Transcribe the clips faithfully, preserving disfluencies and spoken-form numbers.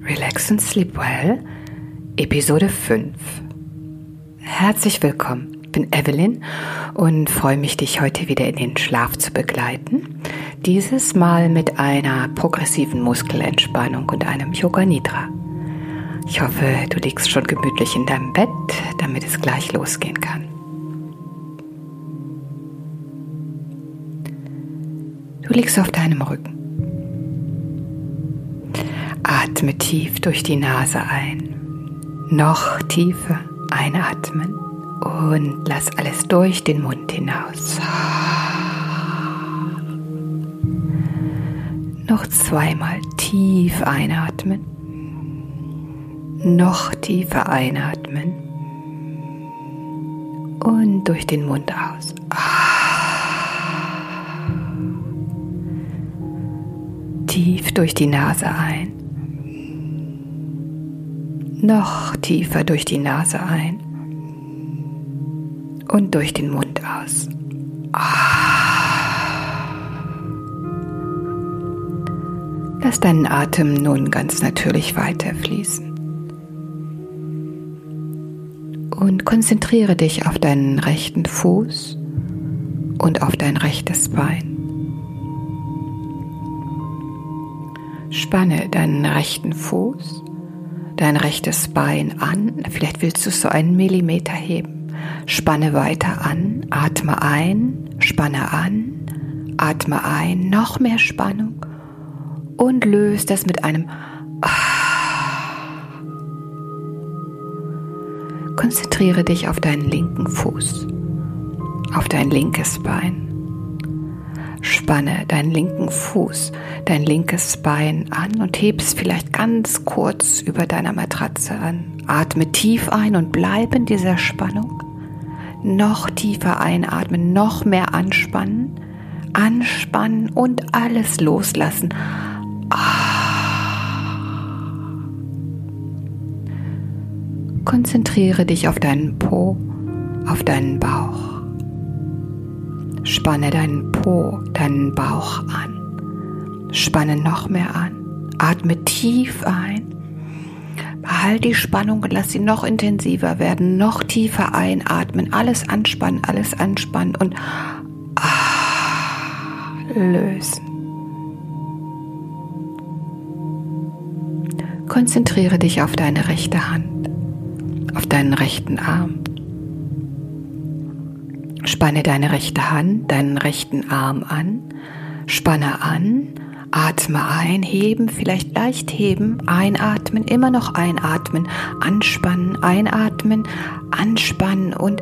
Relax and Sleep Well, Episode fünf. Herzlich willkommen, ich bin Evelyn und freue mich, dich heute wieder in den Schlaf zu begleiten. Dieses Mal mit einer progressiven Muskelentspannung und einem Yoga Nidra. Ich hoffe, du liegst schon gemütlich in deinem Bett, damit es gleich losgehen kann. Du liegst auf deinem Rücken. Atme tief durch die Nase ein. Noch tiefer einatmen und lass alles durch den Mund hinaus. Noch zweimal tief einatmen. Noch tiefer einatmen und durch den Mund aus. Tief durch die Nase ein. Noch tiefer durch die Nase ein und durch den Mund aus. Lass deinen Atem nun ganz natürlich weiterfließen. Und konzentriere dich auf deinen rechten Fuß und auf dein rechtes Bein. Spanne deinen rechten Fuß, dein rechtes Bein an, vielleicht willst du es so einen Millimeter heben. Spanne weiter an, atme ein, spanne an, atme ein, noch mehr Spannung und löse das mit einem Konzentriere dich auf deinen linken Fuß, auf dein linkes Bein. Spanne deinen linken Fuß, dein linkes Bein an und heb es vielleicht ganz kurz über deiner Matratze an. Atme tief ein und bleib in dieser Spannung. Noch tiefer einatmen, noch mehr anspannen, anspannen und alles loslassen. Konzentriere dich auf deinen Po, auf deinen Bauch. Spanne deinen Po, deinen Bauch an. Spanne noch mehr an. Atme tief ein. Behalte die Spannung und lass sie noch intensiver werden. Noch tiefer einatmen. Alles anspannen, alles anspannen und ah, lösen. Konzentriere dich auf deine rechte Hand, auf deinen rechten Arm. Spanne deine rechte Hand, deinen rechten Arm an, spanne an, atme ein, heben, vielleicht leicht heben, einatmen, immer noch einatmen, anspannen, einatmen, anspannen und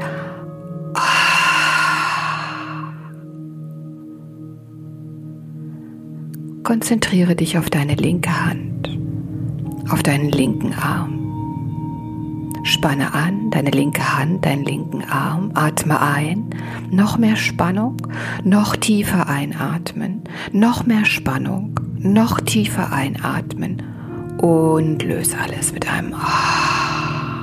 ah. Konzentriere dich auf deine linke Hand, auf deinen linken Arm. Spanne an, deine linke Hand, deinen linken Arm, atme ein, noch mehr Spannung, noch tiefer einatmen, noch mehr Spannung, noch tiefer einatmen und löse alles mit einem Ah.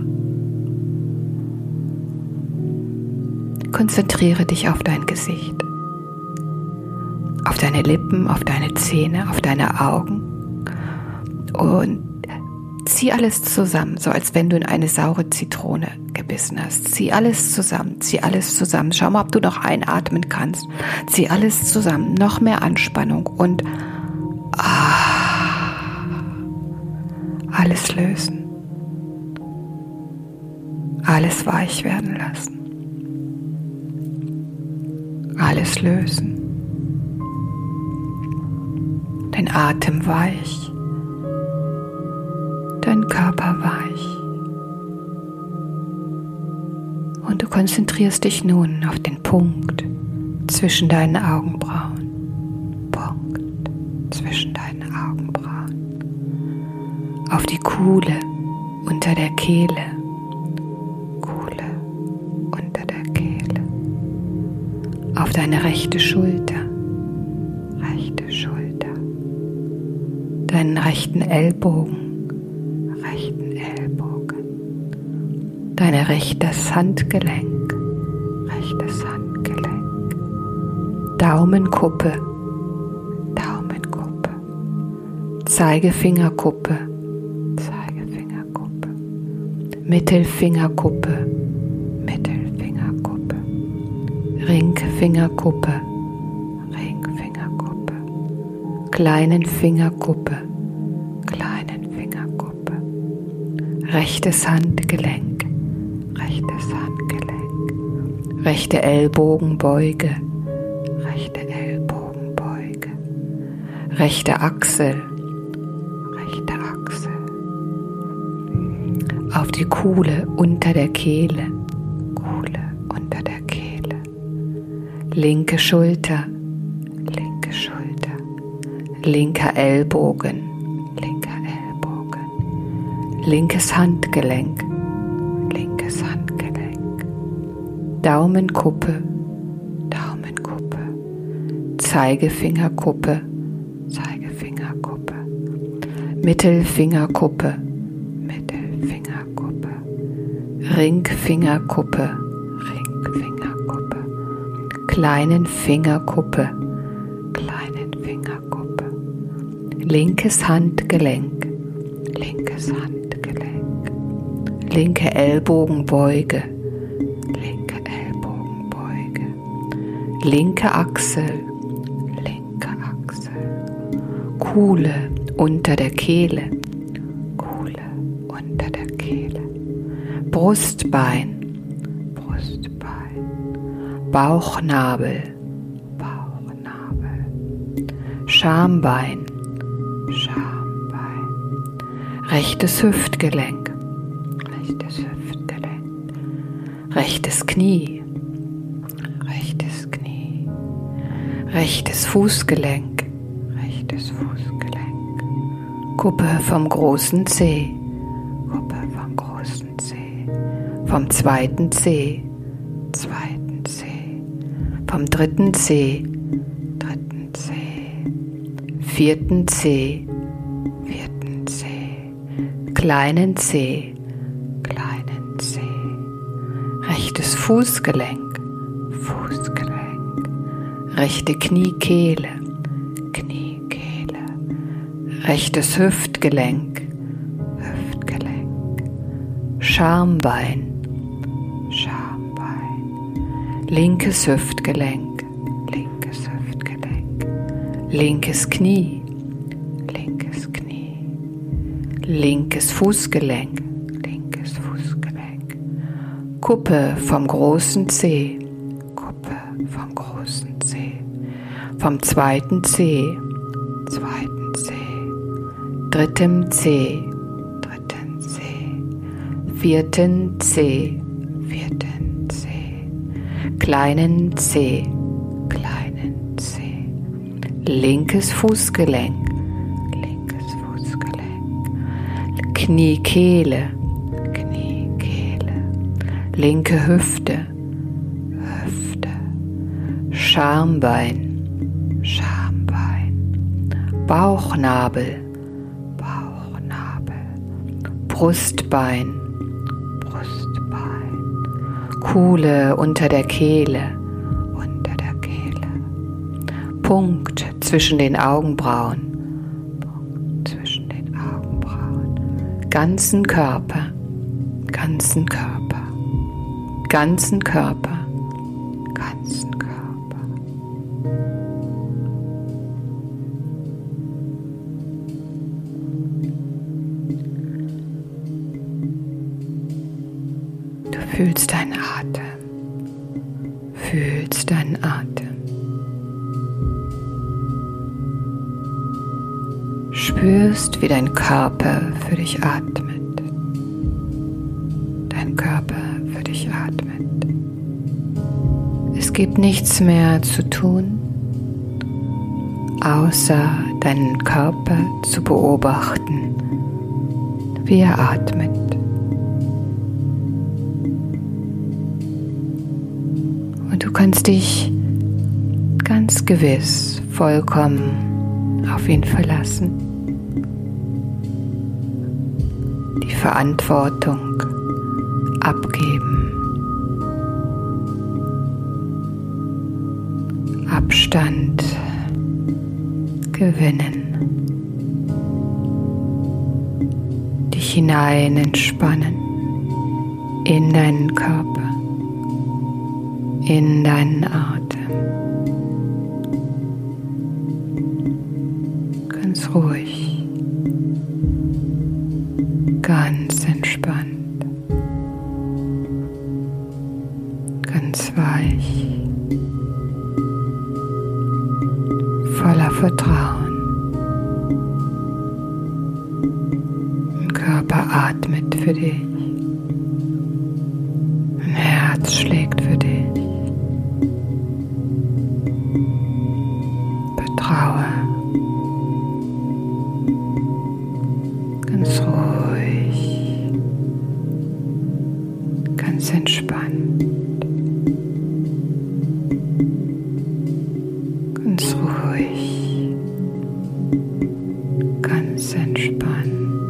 Konzentriere dich auf dein Gesicht, auf deine Lippen, auf deine Zähne, auf deine Augen und zieh alles zusammen, so als wenn du in eine saure Zitrone gebissen hast. Zieh alles zusammen, zieh alles zusammen. Schau mal, ob du noch einatmen kannst. Zieh alles zusammen, noch mehr Anspannung und ah, alles lösen. Alles weich werden lassen. Alles lösen. Dein Atem weich. Dein Körper weich. Und du konzentrierst dich nun auf den Punkt zwischen deinen Augenbrauen. Punkt zwischen deinen Augenbrauen. Auf die Kuhle unter der Kehle. Kuhle unter der Kehle. Auf deine rechte Schulter. Rechte Schulter. Deinen rechten Ellbogen. Rechten Ellbogen, dein rechtes Handgelenk, rechtes Handgelenk, Daumenkuppe, Daumenkuppe, Zeigefingerkuppe, Mittelfingerkuppe, Mittelfingerkuppe, Ringfingerkuppe, Ringfingerkuppe, kleinen Fingerkuppe, kleinen Fingerkuppe, rechtes Handgelenk, rechtes Handgelenk, rechte Ellbogenbeuge, rechte Ellbogenbeuge, rechte Achsel, rechte Achsel, auf die Kuhle unter der Kehle, Kuhle unter der Kehle, linke Schulter, linke Schulter, linker Ellbogen, linker Ellbogen, linkes Handgelenk, linkes Handgelenk, Daumenkuppe, Daumenkuppe, Zeigefingerkuppe, Zeigefingerkuppe, Mittelfingerkuppe, Mittelfingerkuppe, Ringfingerkuppe, Ringfingerkuppe, kleinen Fingerkuppe, kleinen Fingerkuppe, linkes Handgelenk, linkes Handgelenk, linke Ellbogenbeuge, linke Ellbogenbeuge, linke Achsel, linke Achsel, Kuhle unter der Kehle, Kuhle unter der Kehle, Brustbein, Brustbein, Bauchnabel, Bauchnabel, Schambein, Schambein, rechtes Hüftgelenk, rechtes Hüftgelenk, rechtes Knie, rechtes Knie, rechtes Fußgelenk, rechtes Fußgelenk, Kuppe vom großen Zeh, Kuppe vom großen Zeh, vom zweiten Zeh, zweiten Zeh, vom dritten Zeh, dritten Zeh, vierten Zeh, vierten Zeh, kleinen Zeh, kleinen Zeh, rechtes Fußgelenk, Fußgelenk, rechte Kniekehle, Kniekehle, rechtes Hüftgelenk, Hüftgelenk, Schambein, Schambein, linkes Hüftgelenk, linkes Hüftgelenk, linkes Knie, linkes Knie, linkes Fußgelenk, linkes Fußgelenk, Kuppe vom großen Zeh, Kuppe vom großen Zeh, vom zweiten Zeh, zweiten Zeh, dritten Zeh, dritten Zeh, vierten Zeh, vierten Zeh, kleinen Zeh, kleinen Zeh, linkes Fußgelenk, linkes Fußgelenk, Kniekehle, Kniekehle, linke Hüfte, Hüfte, Schambein, Schambein, Bauchnabel, Bauchnabel, Brustbein, Brustbein, Kuhle unter der Kehle, unter der Kehle, Punkt zwischen den Augenbrauen, Punkt zwischen den Augenbrauen, ganzen Körper, ganzen Körper, ganzen Körper, ganzen Körper. Du fühlst deinen Atem, fühlst deinen Atem. Spürst, wie dein Körper für dich atmet. Dein Körper für dich atmet. Es gibt nichts mehr zu tun, außer deinen Körper zu beobachten, wie er atmet. Und du kannst dich ganz gewiss vollkommen auf ihn verlassen. Die Verantwortung abgeben. Abstand gewinnen. Dich hinein entspannen. in deinen Körper, in deinen Atem. Ganz ruhig, ganz entspannt, ganz weich, voller Vertrauen. Dein Körper atmet für dich. Dein Herz schlägt für dich. Vertraue. Ganz ruhig. Ganz entspannt. Ganz ruhig. Ganz entspannt.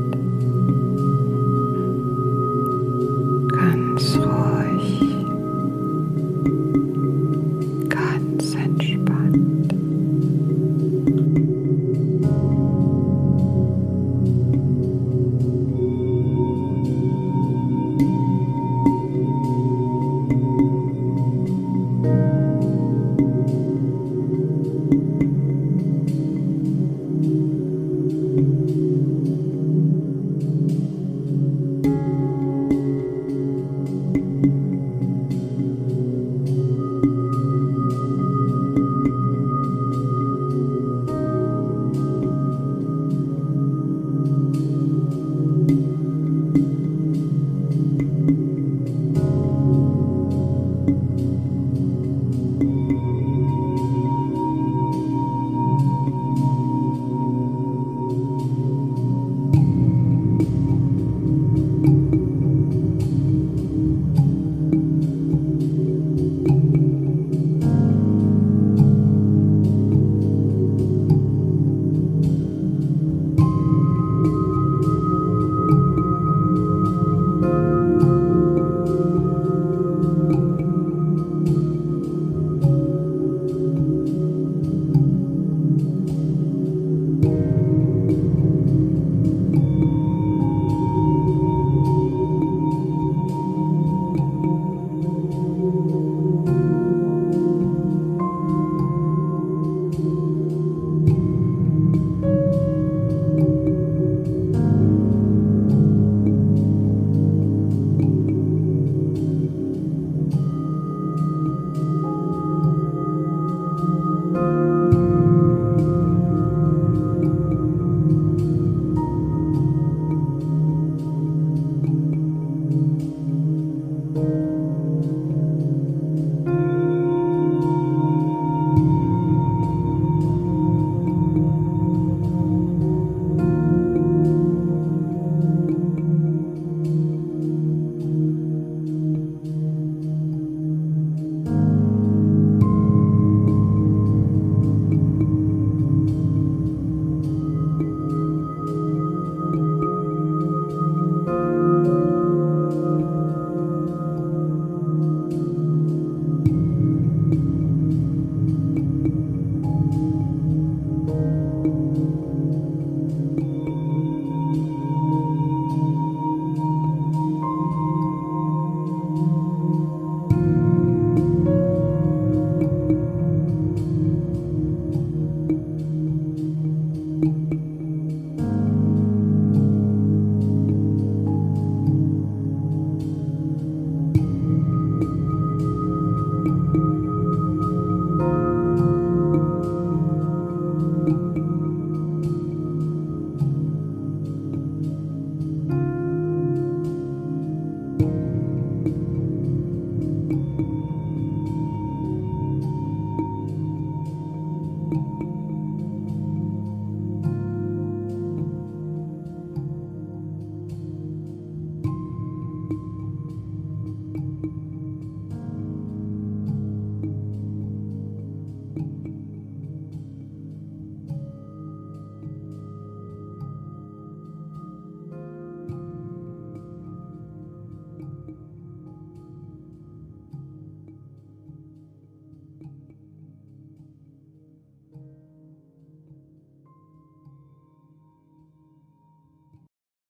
Ganz ruhig, ganz entspannt.